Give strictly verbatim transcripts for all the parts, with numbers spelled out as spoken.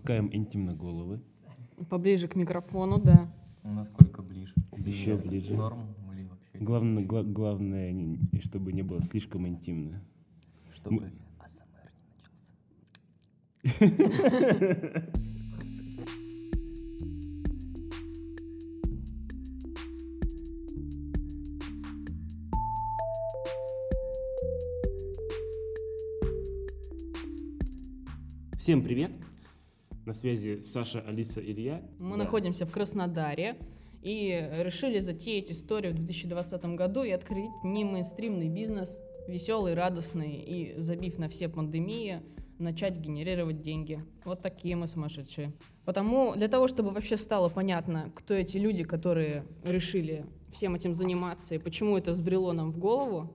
Опускаем интимно головы. Поближе к микрофону, да. Насколько ближе? Еще ближе. Норм или вообще? Главное, гла- главное, не- чтобы не было слишком интимно. Чтобы Мы- А С М Р не начался. Всем привет! На связи Саша, Алиса, Илья. Мы Да. находимся в Краснодаре и решили затеять историю в две тысячи двадцатом году и открыть не мейнстримный бизнес, веселый, радостный и, забив на все пандемии, начать генерировать деньги. Вот такие мы сумасшедшие. Потому для того, чтобы вообще стало понятно, кто эти люди, которые решили всем этим заниматься и почему это взбрело нам в голову,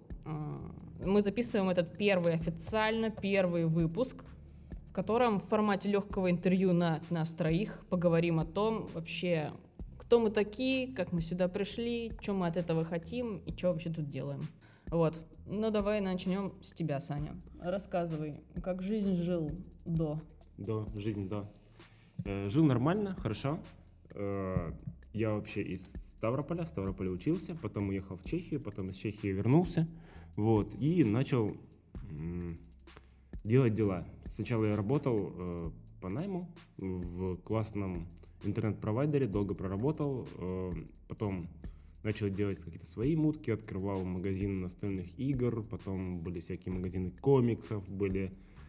мы записываем этот первый, официально первый выпуск, в котором в формате легкого интервью на нас троих поговорим о том вообще, кто мы такие, как мы сюда пришли, что мы от этого хотим и что вообще тут делаем. Вот. Ну давай начнем с тебя, Саня. Рассказывай, как жизнь жил до. До, жизнь, до. Э, жил нормально, хорошо. Э, я вообще из Ставрополя, в Ставрополе учился, потом уехал в Чехию, потом из Чехии вернулся, вот, и начал м, делать дела. Сначала я работал э, по найму в классном интернет-провайдере, долго проработал, э, потом начал делать какие-то свои мутки, открывал магазин настольных игр, потом были всякие магазины комиксов, были,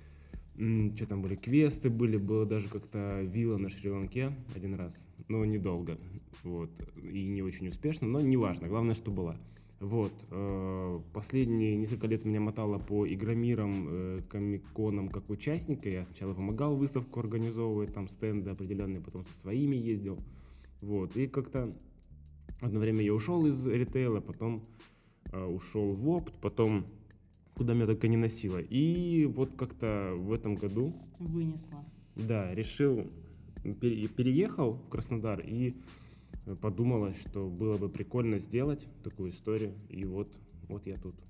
м, что там были, квесты были, было даже как-то вилла на Шри-Ланке один раз, но недолго, вот, и не очень успешно, но неважно, главное, что была. Вот, э, последние несколько лет меня мотало по игромирам, э, комик-конам как участника. Я сначала помогал выставку организовывать, там стенды определенные, потом со своими ездил. Вот, и как-то одно время я ушел из ритейла, потом э, ушел в опт, потом куда меня только не носило. И вот как-то в этом году, Вынесла. да, решил, пере- переехал в Краснодар и подумалось, что было бы прикольно сделать такую историю, и вот, вот я тут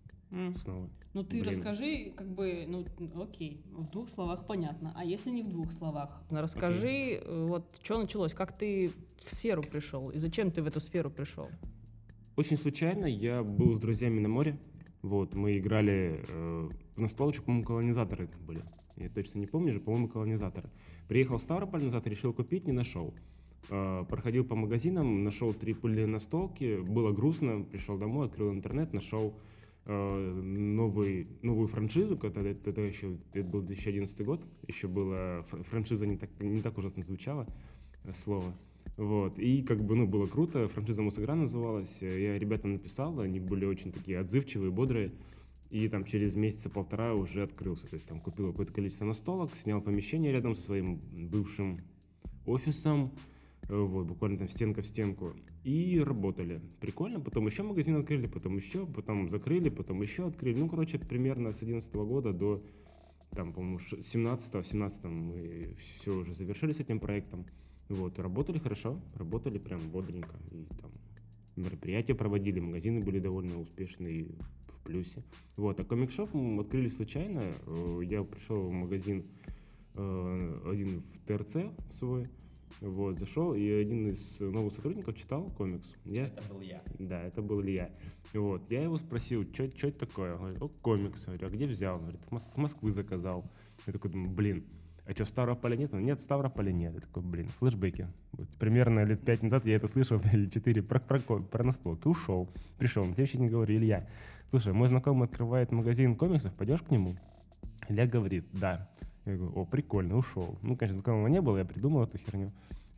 М. снова. Ну ты Блин. расскажи, как бы, ну окей, в двух словах понятно, а если не в двух словах? Расскажи, э, вот что началось, как ты в сферу пришел и зачем ты в эту сферу пришел? Очень случайно я был с друзьями на море, вот, мы играли э, в настолочку, по-моему, колонизаторы это были, я точно не помню же, по-моему, колонизаторы. Приехал в Ставрополь назад, решил купить, не нашел. Э, проходил по магазинам, нашел три пыльные настолки, было грустно, пришел домой, открыл интернет, нашел э, новый, новую франшизу, это, это, это еще это был две тысячи одиннадцатый год, еще была фр- франшиза не так, не так ужасно звучало э, слово. Вот, и как бы, ну, было круто, франшиза Мосигра называлась, я ребятам написал, они были очень такие отзывчивые, бодрые, и там через месяца полтора уже открылся, то есть там купил какое-то количество настолок, снял помещение рядом со своим бывшим офисом, вот, буквально там стенка в стенку, и работали. Прикольно, потом еще магазин открыли, потом еще, потом закрыли, потом еще открыли, ну, короче, примерно с одиннадцатого года до, там, по-моему, семнадцатого, в семнадцатом мы все уже завершили с этим проектом. Вот, работали хорошо, работали прям бодренько, и там мероприятия проводили, магазины были довольно успешные, в плюсе. Вот, а комик-шоп мы открыли случайно, я пришел в магазин один в ТРЦ свой, вот, зашел, и один из новых сотрудников читал комикс. Я... Это был я. Да, это был Илья. Вот, я его спросил, что это такое? Он говорит, о, комикс. Я говорю, а где взял? Он говорит, с Москвы заказал. Я такой думаю, блин, а что, в Ставрополе нет? Он, нет, в Ставрополе нет. Я такой, блин, флешбеки. Вот, примерно лет пять назад я это слышал, или четыре, про, про, про настолки. Ушел, пришел. На следующий день говорю, Илья, слушай, мой знакомый открывает магазин комиксов, пойдешь к нему? Илья говорит, да. Я говорю, о, прикольно, ушел. Ну, конечно, знакомого не было, я придумал эту херню.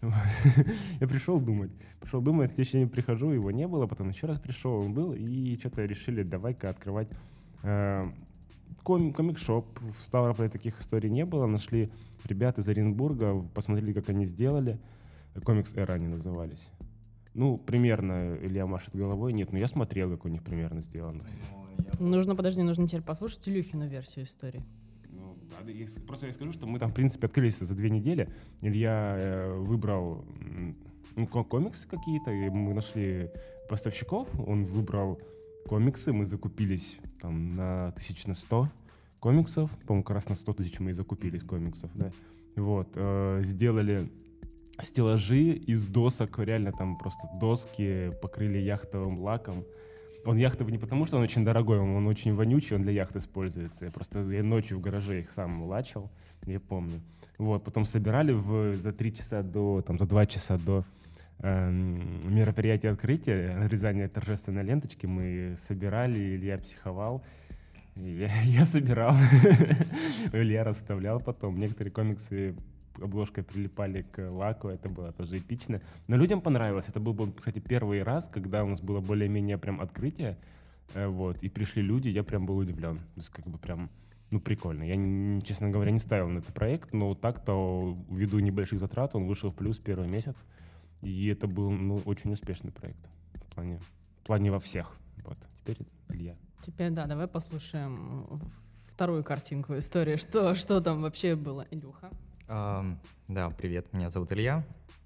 Я пришел думать. Пришел думать, в следующий день прихожу, его не было, потом еще раз пришел, он был, и что-то решили, давай-ка открывать э, ком- комик-шоп. В Ставрополе таких историй не было. Нашли ребят из Оренбурга, посмотрели, как они сделали. Комикс-эра они назывались. Ну, примерно, Илья машет головой, нет, но я смотрел, как у них примерно сделано. Нужно, подожди, нужно теперь послушать Илюхину версию истории. Ну, да, я, просто я скажу, что мы там, в принципе, открылись за две недели. Илья э, выбрал ну, комиксы какие-то, и мы нашли поставщиков. Он выбрал комиксы, мы закупились там на тысяч на сто комиксов. По-моему, как раз на сто тысяч мы и закупились комиксов, да. Вот, э, сделали стеллажи из досок, реально там просто доски покрыли яхтовым лаком. Он яхтовый не потому, что он очень дорогой, он, он очень вонючий, он для яхт используется. Я просто я ночью в гараже их сам лачил, я помню. Вот, потом собирали в, за три часа до, там, за два часа до э, мероприятия открытия, разрезания торжественной ленточки мы собирали, Илья психовал. Я, я собирал, Илья расставлял потом. Некоторые комиксы обложкой прилипали к лаку, это было тоже эпично. Но людям понравилось. Это был, кстати, первый раз, когда у нас было более-менее прям открытие, вот, и пришли люди, я прям был удивлен. То есть как бы прям, ну, прикольно. Я, честно говоря, не ставил на этот проект, но так-то ввиду небольших затрат он вышел в плюс первый месяц, и это был, ну, очень успешный проект в плане, в плане во всех. Вот, теперь Илья. Теперь, да, давай послушаем вторую картинку истории. Что, что там вообще было, Илюха? Um, да, привет, меня зовут Илья.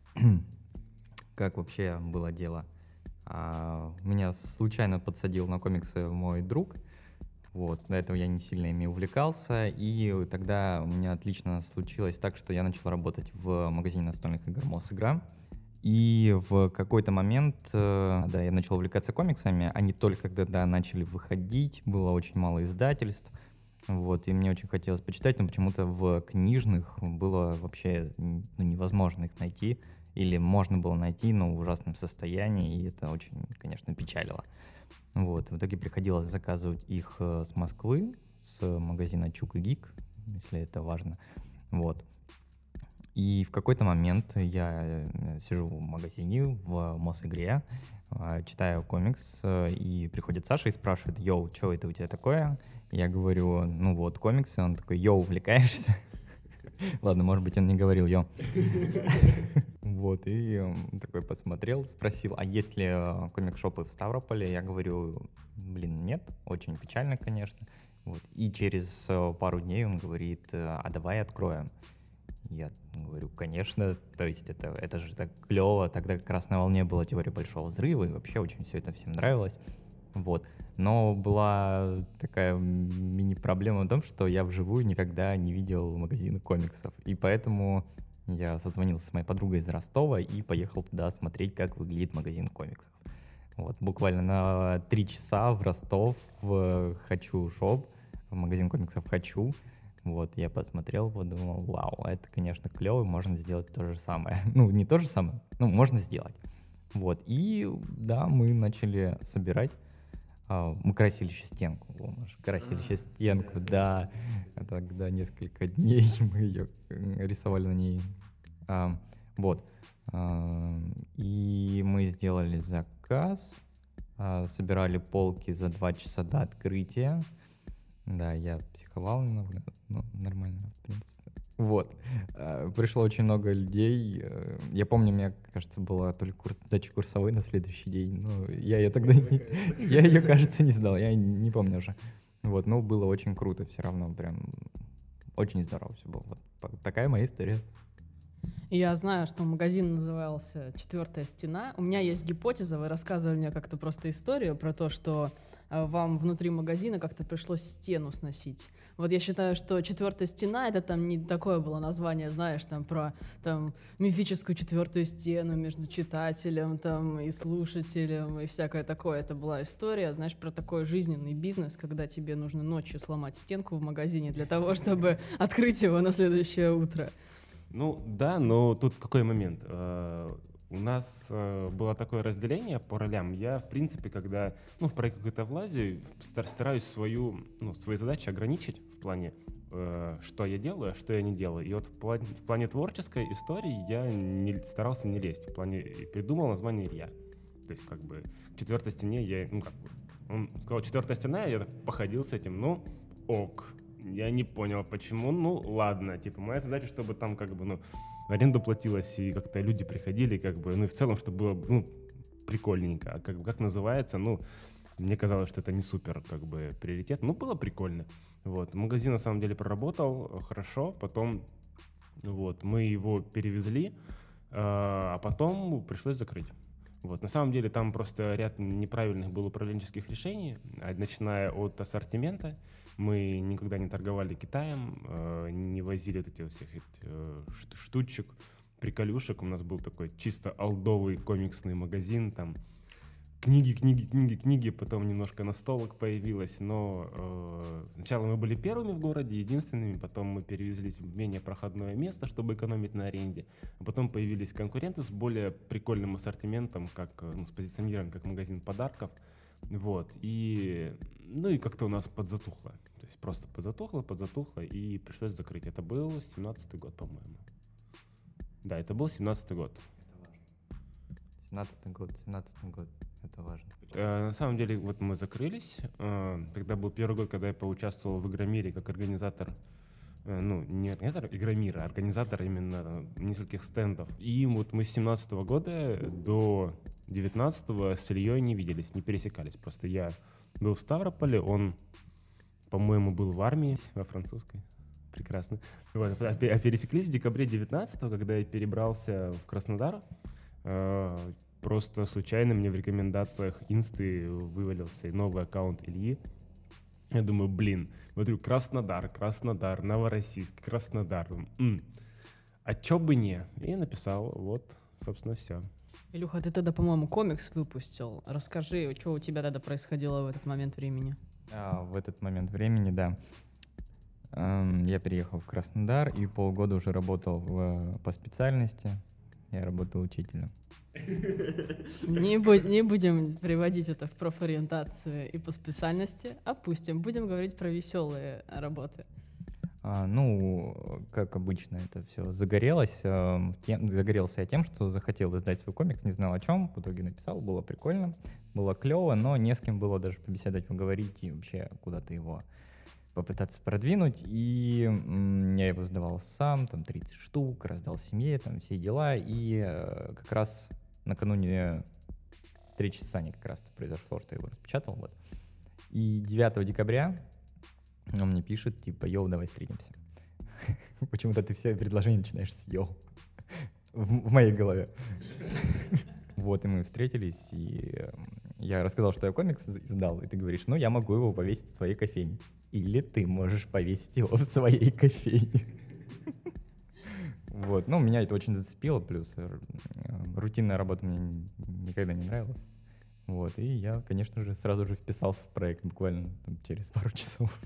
Как вообще было дело? Uh, меня случайно подсадил на комиксы мой друг. Вот, до этого я не сильно ими увлекался, и тогда у меня отлично случилось так, что я начал работать в магазине настольных игр Мосигра. И в какой-то момент, да, я начал увлекаться комиксами, они только когда начали выходить, было очень мало издательств, вот, и мне очень хотелось почитать, но почему-то в книжных было вообще, ну, невозможно их найти, или можно было найти, но в ужасном состоянии, и это очень, конечно, печалило. Вот, в итоге приходилось заказывать их с Москвы, с магазина Чук и Гик, если это важно, вот. И в какой-то момент я сижу в магазине в Мосигре, читаю комикс, и приходит Саша и спрашивает: «Йоу, что это у тебя такое?» Я говорю: «Ну вот, комиксы». Он такой: «Йоу, увлекаешься?» Ладно, может быть, он не говорил «йоу». Вот, и он такой посмотрел, спросил: «А есть ли комик-шопы в Ставрополе?» Я говорю: «Блин, нет, очень печально, конечно». Вот. И через пару дней он говорит: «А давай откроем». Я говорю: «Конечно», то есть это, это же так клево. Тогда как раз на волне была теория Большого Взрыва, и вообще очень все это всем нравилось. Вот. Но была такая мини-проблема в том, что я вживую никогда не видел магазина комиксов. И поэтому я созвонился с моей подругой из Ростова и поехал туда смотреть, как выглядит магазин комиксов. Вот. Буквально на три часа в Ростов, в Хочу шоп, в магазин комиксов Хочу. Вот, я посмотрел, подумал: вау, это, конечно, клево, можно сделать то же самое. Ну, не то же самое, ну, можно сделать. Вот, и да, мы начали собирать. А, мы красили еще стенку, о, мы же красили еще стенку, да. Тогда несколько дней мы ее рисовали на ней. А, вот, а, и мы сделали заказ, а, собирали полки за два часа до открытия. Да, я психовал немного, ну, нормально, в принципе. Вот. Пришло очень много людей. Я помню, у меня, кажется, была только курс, сдача курсовой на следующий день. Но я ее тогда не... Я ее, кажется, не сдал, я не помню уже. Вот, но было очень круто все равно, прям очень здорово все было. Вот такая моя история. Я знаю, что магазин назывался «Четвертая стена». У меня есть гипотеза, вы рассказывали мне как-то просто историю про то, что вам внутри магазина как-то пришлось стену сносить. Вот я считаю, что «Четвертая стена» — это там не такое было название, знаешь, там про там, мифическую четвертую стену между читателем там, и слушателем и всякое такое. Это была история, знаешь, про такой жизненный бизнес, когда тебе нужно ночью сломать стенку в магазине для того, чтобы открыть его на следующее утро. Ну да, но тут какой момент? Uh, у нас uh, было такое разделение по ролям. Я, в принципе, когда ну, в проект какой-то влазю, стар- стараюсь свою, ну, свои задачи ограничить в плане, uh, что я делаю, а что я не делаю. И вот в плане, в плане творческой истории я не, старался не лезть. В плане придумал название Илья. То есть как бы к четвертой стене я, ну как бы, он сказал четвертая стена, я так походил с этим, ну ок. Я не понял, почему. Ну, ладно. Типа, моя задача, чтобы там, как бы, ну, аренда платилась, и как-то люди приходили, как бы, ну, и в целом, чтобы было, ну, прикольненько. А как, как называется, ну, мне казалось, что это не супер, как бы, приоритет. Ну, было прикольно. Вот. Магазин, на самом деле, проработал хорошо. Потом, вот, мы его перевезли, а потом пришлось закрыть. Вот. На самом деле там просто ряд неправильных было управленческих решений, начиная от ассортимента. Мы никогда не торговали Китаем, э, не возили вот эти вот всех э, штучек, приколюшек. У нас был такой чисто олдовый комиксный магазин, там книги, книги, книги, книги, потом немножко настолок появилось, но э, сначала мы были первыми в городе, единственными, потом мы перевезлись в менее проходное место, чтобы экономить на аренде, а потом появились конкуренты с более прикольным ассортиментом, как, ну, с позиционированием как магазин подарков, вот, и, ну и как-то у нас подзатухло, то есть просто подзатухло, подзатухло, и пришлось закрыть. Это был семнадцатый год, по-моему. Да, это был семнадцатый год. семнадцатый год, семнадцатый год. Это важно. Э, на самом деле, вот мы закрылись. Э, тогда был первый год, когда я поучаствовал в Игромире как организатор, э, ну, не организатор Игромира, а организатор именно нескольких стендов. И вот мы с семнадцатого года до девятнадцатого с Ильей не виделись, не пересекались. Просто я был в Ставрополе, он, по-моему, был в армии, во французской. Прекрасно. Вот, а пересеклись в декабре девятнадцатого, когда я перебрался в Краснодар. Э, Просто случайно мне в рекомендациях инсты вывалился новый аккаунт Ильи. Я думаю, блин, смотрю, Краснодар, Краснодар, Новороссийск, Краснодар. М-м. А чё бы не? И написал, вот, собственно, все. Илюха, ты тогда, по-моему, комикс выпустил. Расскажи, что у тебя тогда происходило в этот момент времени? А, в этот момент времени, да. Эм, я переехал в Краснодар и полгода уже работал в, по специальности. Я работал учителем. Не, бу- не будем приводить это в профориентацию и по специальности, опустим. Будем говорить про веселые работы. А, ну, как обычно, это все загорелось. э, тем- загорелся я тем, что захотел издать свой комикс, не знал о чем. В итоге написал, было прикольно, было клево, но не с кем было даже побеседовать, поговорить и вообще куда-то его попытаться продвинуть. И м, я его сдавал сам, там тридцать штук, раздал семье, там все дела. И э, как раз накануне встречи с Саней как раз произошло, что я его распечатал. Вот. И девятого декабря он мне пишет, типа, йоу, давай встретимся. Почему-то ты все предложения начинаешь с йоу. В, в моей голове. Вот, и мы встретились, и я рассказал, что я комикс издал, и ты говоришь, ну, я могу его повесить в своей кофейне. Или ты можешь повесить его в своей кофейне. Вот, ну, меня это очень зацепило, плюс э, рутинная работа мне никогда не нравилась. Вот, и я, конечно же, сразу же вписался в проект буквально там, через пару часов.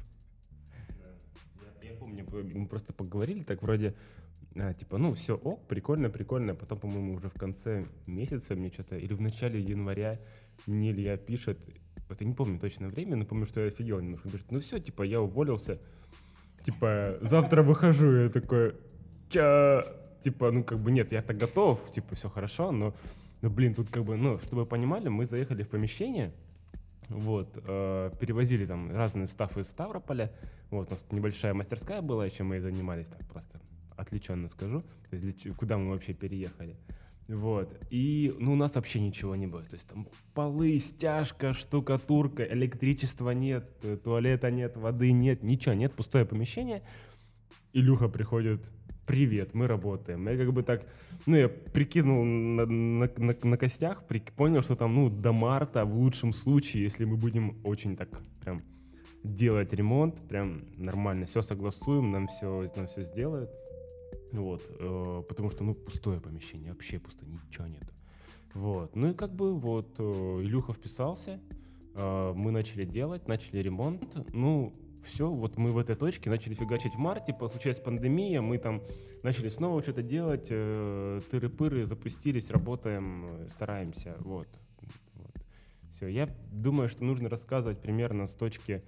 Я, я помню, мы просто поговорили так вроде, а, типа, ну, все ок, прикольно, прикольно. Потом, по-моему, уже в конце месяца мне что-то, или в начале января мне Илья пишет, вот я не помню точное время, но помню, что я офигел немножко. Он говорит, ну все, типа, я уволился, типа, завтра выхожу. Я такой, ча, типа, ну, как бы, нет, я-то готов, типа, все хорошо, но, но, блин, тут как бы, ну, чтобы вы понимали, мы заехали в помещение, вот, э, перевозили там разные стафы из Ставрополя, вот, у нас небольшая мастерская была, чем мы и занимались, так просто отвлеченно скажу, то есть для ч- куда мы вообще переехали. Вот, и, ну, у нас вообще ничего не было, то есть там полы, стяжка, штукатурка, электричества нет, э, туалета нет, воды нет, ничего нет, пустое помещение. Илюха приходит, привет, мы работаем. Я как бы так, ну, я прикинул на, на, на, на костях, при, понял, что там, ну, до марта, в лучшем случае, если мы будем очень так прям делать ремонт, прям нормально, все согласуем, нам все, нам все сделают. Вот, э, потому что, ну, пустое помещение, вообще пустое, ничего нет. Вот, ну и как бы вот э, Илюха вписался, э, мы начали делать, начали ремонт, ну, все, вот мы в этой точке начали фигачить в марте, случилась пандемия, мы там начали снова что-то делать, э, тыры-пыры, запустились, работаем, стараемся, вот. вот. Все, я думаю, что нужно рассказывать примерно с точки,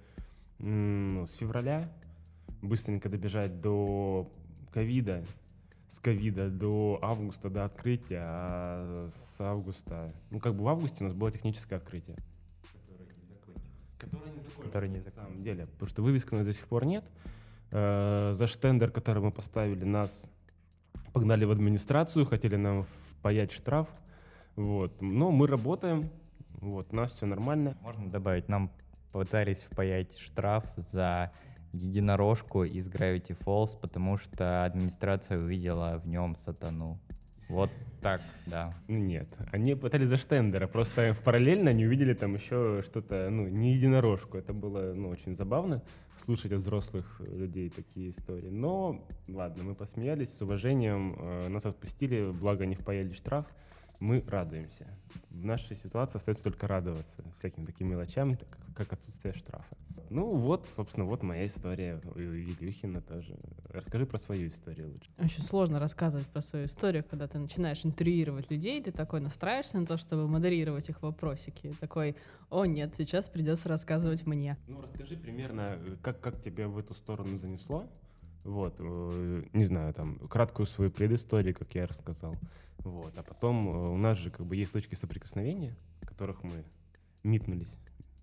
м, с февраля, быстренько добежать до ковида, с ковида до августа, до открытия, а с августа, ну как бы в августе у нас было техническое открытие. Которое не закончилось, Который не на закончилось. самом деле, потому что вывески у нас до сих пор нет. Э, за штендер, который мы поставили, нас погнали в администрацию, хотели нам впаять штраф, вот. Но мы работаем, вот, у нас все нормально. Можно добавить, нам пытались впаять штраф за единорожку из Gravity Falls, потому что администрация увидела в нем сатану. Вот так, да. Ну, нет, они пытались за штендера, просто параллельно они увидели там еще что-то, ну, не единорожку. Это было, ну, очень забавно слушать от взрослых людей такие истории. Но, ладно, мы посмеялись, с уважением, э, нас отпустили, благо не впаяли штраф. Мы радуемся. В нашей ситуации остается только радоваться всяким таким мелочам, как, как отсутствие штрафа. Ну вот, собственно, вот моя история, у Илюхина тоже. Расскажи про свою историю лучше. Очень сложно рассказывать про свою историю, когда ты начинаешь интервьюировать людей, ты такой настраиваешься на то, чтобы модерировать их вопросики. И такой, о нет, сейчас придется рассказывать мне. Ну расскажи примерно, как, как тебя в эту сторону занесло. Вот, э, не знаю, там, краткую свою предысторию, как я рассказал. Вот, а потом э, у нас же как бы есть точки соприкосновения, в которых мы митнулись.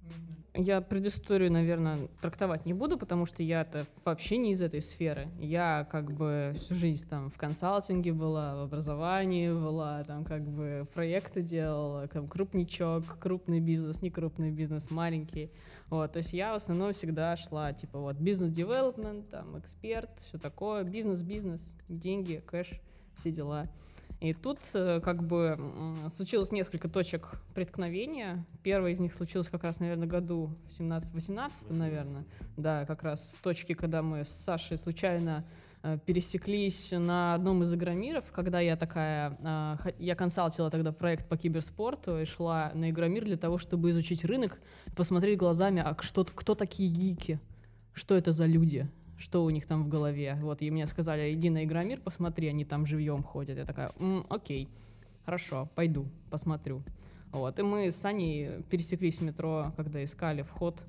Я предысторию, наверное, трактовать не буду, потому что я-то вообще не из этой сферы. Я как бы всю жизнь там в консалтинге была, в образовании была, там как бы проекты делала, там крупничок, крупный бизнес, не крупный бизнес, маленький. Вот, то есть я в основном всегда шла, типа вот бизнес-девелопмент, там эксперт, все такое, бизнес-бизнес, деньги, кэш, все дела. И тут как бы случилось несколько точек преткновения. Первый из них случился как раз, наверное, году в семнадцатом-восемнадцатом, наверное. Да, как раз в точке, когда мы с Сашей случайно пересеклись на одном из игромиров, когда я такая, я консалтила тогда проект по киберспорту и шла на игромир для того, чтобы изучить рынок, посмотреть глазами, а что, кто такие гики, что это за люди, что у них там в голове. Вот, и мне сказали, иди на Игромир, посмотри, они там живьем ходят. Я такая, М, окей, хорошо, пойду, посмотрю. Вот, и мы с Саней пересеклись в метро, когда искали вход,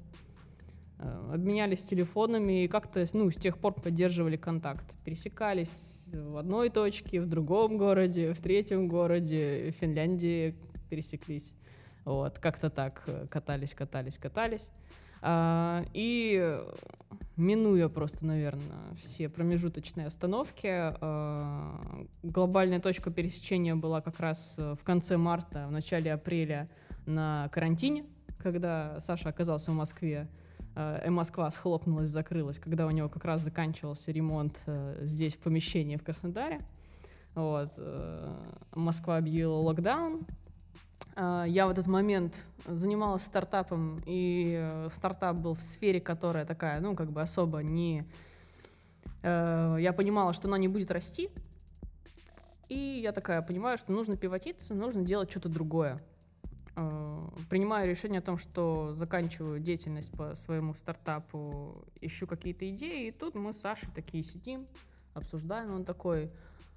э, обменялись телефонами и как-то, ну, с тех пор поддерживали контакт. Пересекались в одной точке, в другом городе, в третьем городе, в Финляндии пересеклись. Вот, как-то так катались, катались, катались. А, и минуя просто, наверное, все промежуточные остановки, а, глобальная точка пересечения была как раз в конце марта, в начале апреля на карантине, когда Саша оказался в Москве, а, и Москва схлопнулась, закрылась, когда у него как раз заканчивался ремонт а, здесь, в помещении в Краснодаре. Вот. А, Москва объявила локдаун. Я в этот момент занималась стартапом, и стартап был в сфере, которая такая, ну, как бы особо не... Я понимала, что она не будет расти, и я такая понимаю, что нужно пивотиться, нужно делать что-то другое. Принимаю решение о том, что заканчиваю деятельность по своему стартапу, ищу какие-то идеи, и тут мы с Сашей такие сидим, обсуждаем, он такой...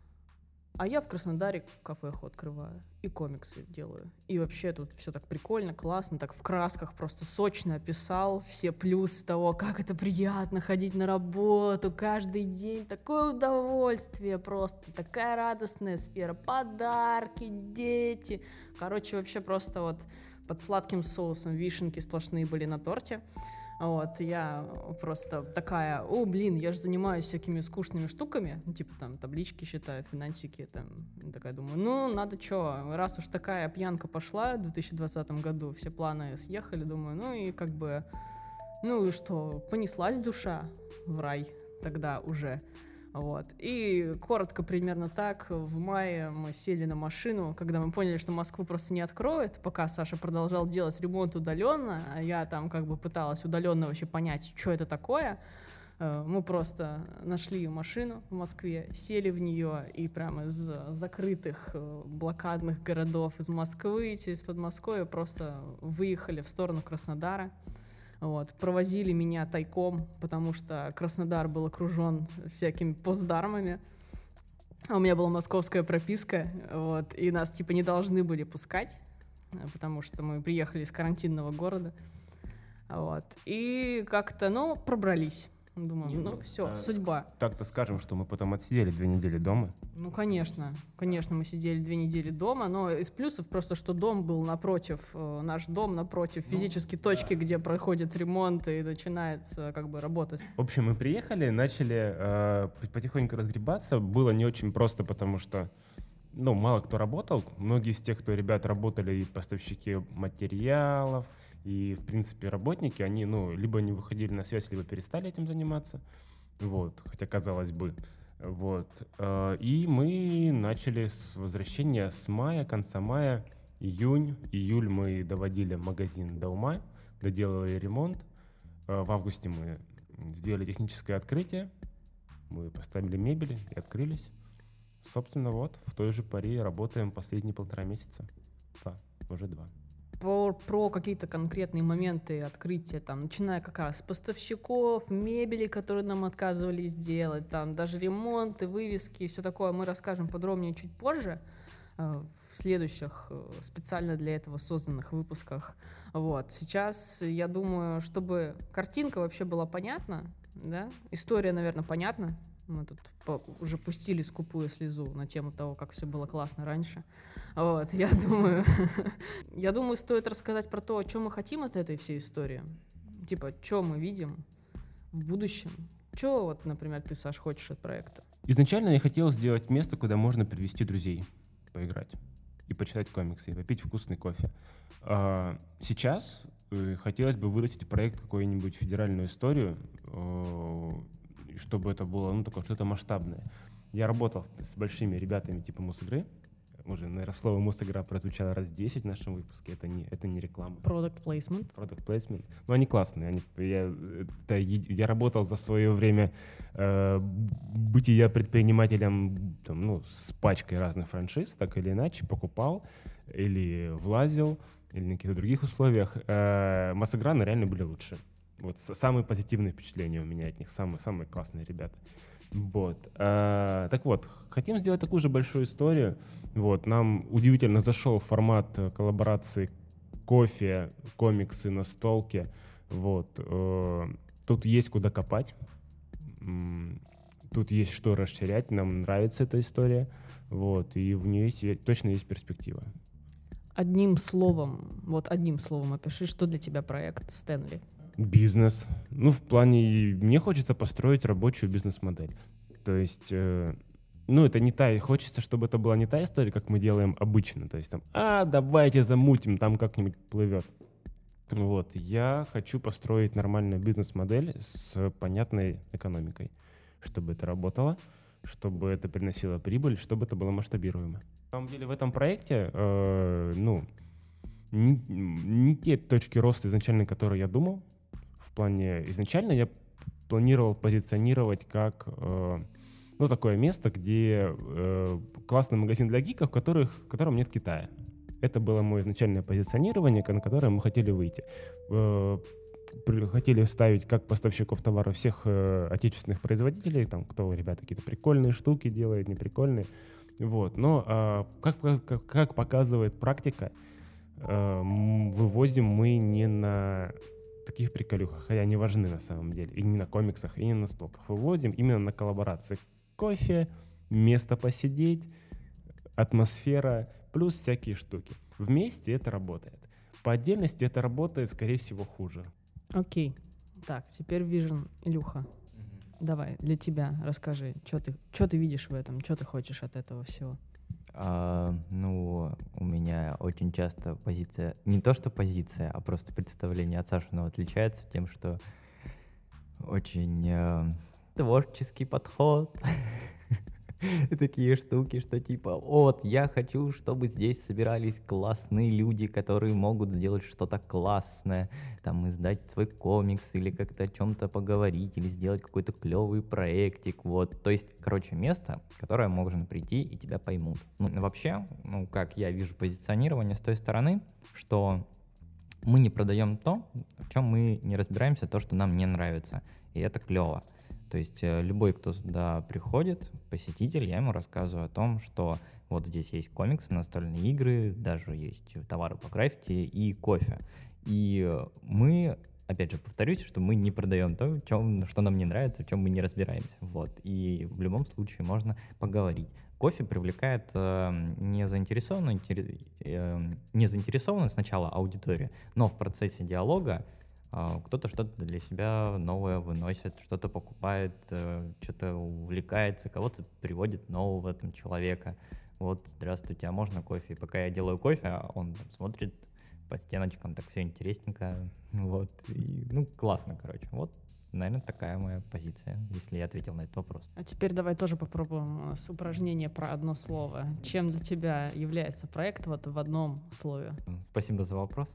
А я в Краснодаре кафеху открываю и комиксы делаю. И вообще тут все так прикольно, классно, так в красках просто сочно описал все плюсы того, как это приятно ходить на работу каждый день. Такое удовольствие просто, такая радостная сфера. Подарки, дети. Короче, вообще просто вот под сладким соусом вишенки сплошные были на торте. Вот, я просто такая, о, блин, я же занимаюсь всякими скучными штуками, ну, типа там таблички считаю, финансики, там, такая думаю, ну, надо что, раз уж такая пьянка пошла в две тысячи двадцатом году, все планы съехали, думаю, ну и как бы, ну и что, понеслась душа в рай тогда уже. Вот. И коротко примерно так, в мае мы сели на машину, когда мы поняли, что Москву просто не откроют, пока Саша продолжал делать ремонт удаленно, а я там как бы пыталась удаленно вообще понять, что это такое. Мы просто нашли машину в Москве, сели в нее и прямо из закрытых блокадных городов из Москвы через Подмосковье просто выехали в сторону Краснодара. Вот, провозили меня тайком, потому что Краснодар был окружен всякими плацдармами. А у меня была московская прописка, вот, и нас типа не должны были пускать, потому что мы приехали из карантинного города. Вот, и как-то, ну, пробрались. Думаю, не, ну, ну все, а, судьба. Так-то скажем, что мы потом отсидели две недели дома. Ну, конечно, конечно, мы сидели две недели дома, но из плюсов просто, что дом был напротив, э, наш дом напротив физически ну, точки, да. где проходит ремонт и начинается как бы работать. В общем, мы приехали, начали э, потихоньку разгребаться. Было не очень просто, потому что, ну, мало кто работал. Многие из тех, кто, ребят, работали и поставщики материалов, и, в принципе, работники, они, ну, либо не выходили на связь, либо перестали этим заниматься. Вот, хотя, казалось бы, Вот. э, И мы начали с возвращения с мая, конца мая, июнь, июль мы доводили магазин до ума, доделывали ремонт. Э, В августе мы сделали техническое открытие, мы поставили мебель и открылись. Собственно, вот в той же паре работаем последние полтора месяца. Два, уже два. Про, про какие-то конкретные моменты открытия, там, начиная как раз с поставщиков, мебели, которые нам отказывались делать, там, даже ремонт и вывески, и все такое, мы расскажем подробнее чуть позже, э, в следующих э, специально для этого созданных выпусках. Вот. Сейчас, я думаю, чтобы картинка вообще была понятна, да, история, наверное, понятна. Мы тут по- уже пустили скупую слезу на тему того, как все было классно раньше. Вот, я думаю, я думаю, стоит рассказать про то, что мы хотим от этой всей истории. Типа, что мы видим в будущем. Что, вот, например, ты, Саш, хочешь от проекта? Изначально я хотел сделать место, куда можно привести друзей, поиграть и почитать комиксы, и попить вкусный кофе. А, Сейчас э, хотелось бы вырастить проект какую-нибудь федеральную историю, э, и чтобы это было, ну, такое что-то масштабное. Я работал с большими ребятами типа Мус-игры. Уже, наверное, слово Мус-игра прозвучало раз десять в нашем выпуске. Это не, это не реклама. Product placement. Product placement. Но они классные. Они, я, это, е- я работал за свое время э, бытия предпринимателем там, ну, с пачкой разных франшиз, так или иначе, покупал или влазил, или на каких-то других условиях. Э, Мос-играны реально были лучше. Вот с- самые позитивные впечатления у меня от них, самые, самые классные ребята. Вот. Э, так вот, хотим сделать такую же большую историю. Вот. Нам удивительно зашел формат э, коллаборации кофе, комиксы, настолки. Вот. э, Тут есть куда копать. М, Тут есть что расширять. Нам нравится эта история. Вот. И в нее есть, е- точно есть перспектива. Одним словом, вот одним словом опиши, что для тебя проект Стэнли. Бизнес. Ну, в плане, мне хочется построить рабочую бизнес-модель. То есть, э, ну, это не та, хочется, чтобы это была не та история, как мы делаем обычно. То есть там, а, давайте замутим, там как-нибудь плывет. Вот, я хочу построить нормальную бизнес-модель с понятной экономикой, чтобы это работало, чтобы это приносило прибыль, чтобы это было масштабируемо. На самом деле в этом проекте, э, ну, не, не те точки роста изначально, которые я думал. В плане, изначально я планировал позиционировать как, э, ну, такое место, где э, классный магазин для гиков, в, которых, в котором нет Китая. Это было мое изначальное позиционирование, на которое мы хотели выйти. Э, при- хотели ставить как поставщиков товаров всех э, отечественных производителей, там, кто, ребята, какие-то прикольные штуки делает, неприкольные. Вот. Но э, как, как, как показывает практика, э, м, вывозим мы не на таких приколюхах, хотя они важны на самом деле, и не на комиксах, и не на стоках. Вывозим именно на коллаборации. Кофе, место посидеть, атмосфера, плюс всякие штуки. Вместе это работает. По отдельности это работает, скорее всего, хуже. Окей. Так, теперь Vision. Илюха, давай, для тебя расскажи, что ты, что ты видишь в этом, что ты хочешь от этого всего. А, ну, у меня очень часто позиция, не то что позиция, а просто представление от Сашиного отличается тем, что очень э, творческий подход. Такие штуки, что типа, вот, я хочу, чтобы здесь собирались классные люди, которые могут сделать что-то классное, там, издать свой комикс или как-то о чем-то поговорить, или сделать какой-то клевый проектик, вот. То есть, короче, место, в которое можно прийти и тебя поймут. Ну, вообще, ну, как я вижу позиционирование с той стороны, что мы не продаем то, в чем мы не разбираемся, то, что нам не нравится, и это клево. То есть э, любой, кто сюда приходит, посетитель, я ему рассказываю о том, что вот здесь есть комиксы, настольные игры, даже есть товары по крафте и кофе. И э, мы, опять же, повторюсь, что мы не продаем то, в чем, что нам не нравится, в чем мы не разбираемся. Вот. И в любом случае можно поговорить. Кофе привлекает э, не заинтересованную, э, не заинтересованную сначала аудиторию, но в процессе диалога кто-то что-то для себя новое выносит, что-то покупает, что-то увлекается, кого-то приводит нового там человека. Вот, здравствуйте, а можно кофе? И пока я делаю кофе, он там смотрит, по стеночкам, так все интересненько. Вот. И, ну, классно, короче. Вот, наверное, такая моя позиция, если я ответил на этот вопрос. А теперь давай тоже попробуем с упражнения про одно слово. Чем для тебя является проект вот в одном слове? Спасибо за вопрос.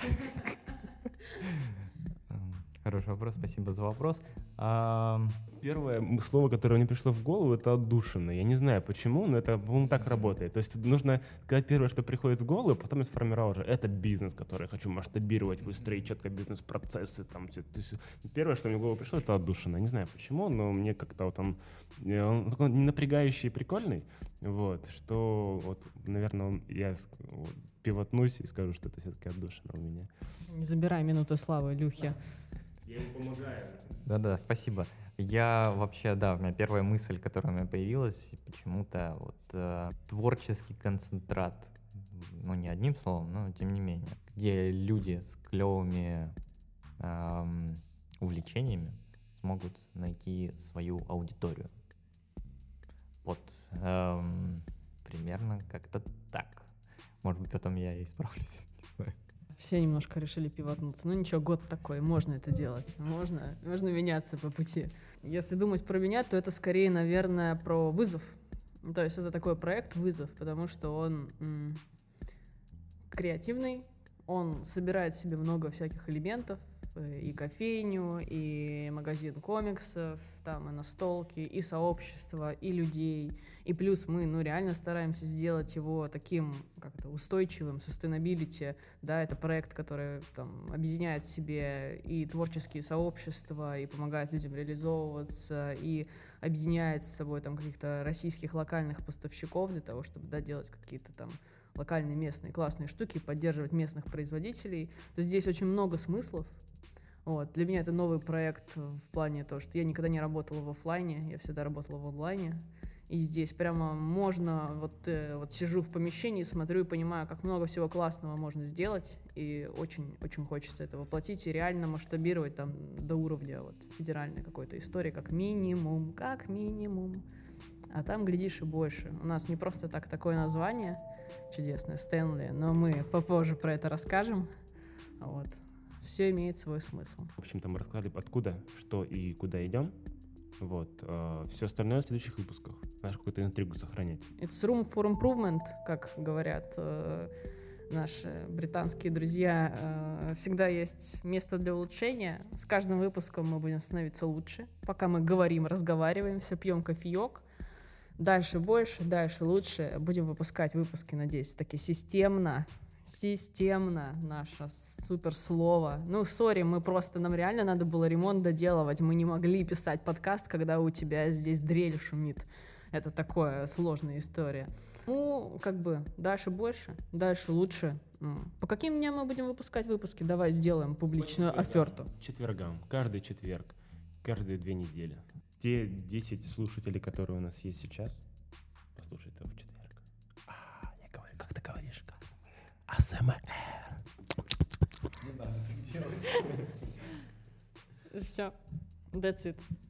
Хороший вопрос, спасибо за вопрос. А... Первое слово, которое мне пришло в голову, это отдушина. Я не знаю почему, но это, по-моему, так работает. То есть нужно сказать первое, что приходит в голову, потом я сформировал уже. Это бизнес, который я хочу масштабировать, выстроить четко бизнес-процессы. Там, все. То есть первое, что мне в голову пришло, это отдушина. Не знаю почему, но мне как-то вот он, он такой не напрягающий и прикольный, вот, что, вот, наверное, он, я вот, пивотнусь и скажу, что это все-таки отдушина у меня. Не забирай минуты славы, Илюхе. Я ему помогаю. Да-да, спасибо. Я вообще, да, у меня первая мысль, которая у меня появилась, почему-то вот э, творческий концентрат, ну не одним словом, но тем не менее, где люди с клевыми эм, увлечениями смогут найти свою аудиторию. Вот, эм, примерно как-то так. Может быть, потом я исправлюсь, не знаю. Все немножко решили пивотнуться. Ну ничего, год такой, можно это делать. Можно, можно меняться по пути. Если думать про меня, то это скорее, наверное, про вызов. Ну, то есть это такой проект «Вызов», потому что он м- креативный, он собирает в себе много всяких элементов, и кофейню, и магазин комиксов, там и настолки, и сообщество, и людей. И плюс мы, ну, реально стараемся сделать его таким, как-то устойчивым, sustainability, да, это проект, который там объединяет в себе и творческие сообщества, и помогает людям реализовываться, и объединяет с собой там каких-то российских локальных поставщиков для того, чтобы, да, делать какие-то там локальные, местные классные штуки, поддерживать местных производителей. То есть здесь очень много смыслов. Вот. Для меня это новый проект в плане того, что я никогда не работала в офлайне, я всегда работала в онлайне. И здесь прямо можно, вот, э, вот сижу в помещении, смотрю и понимаю, как много всего классного можно сделать, и очень-очень хочется это воплотить и реально масштабировать там до уровня вот, федеральной какой-то истории, как минимум, как минимум. А там, глядишь, и больше. У нас не просто так такое название чудесное, Стэнли, но мы попозже про это расскажем. Вот. Все имеет свой смысл. В общем-то, мы рассказали, откуда, что и куда идем. Вот. А все остальное в следующих выпусках. Знаешь, какую-то интригу сохранять. It's room for improvement, как говорят э, наши британские друзья. Э, всегда есть место для улучшения. С каждым выпуском мы будем становиться лучше. Пока мы говорим, разговариваем, все пьем кофеек. Дальше больше, дальше лучше. Будем выпускать выпуски, надеюсь, таки системно. Системно наше супер слово. Ну, сори, мы просто, нам реально надо было ремонт доделывать. Мы не могли писать подкаст, когда у тебя здесь дрель шумит. Это такая сложная история. Ну, как бы, дальше больше, дальше лучше. По каким дням мы будем выпускать выпуски? Давай сделаем публичную оферту. Четвергам. Каждый четверг. Каждые две недели. Те десять слушателей, которые у нас есть сейчас, послушай это в четверг. А, я говорю, как ты говоришь? Как? АСМР. Не надо так делать. Все, that's it.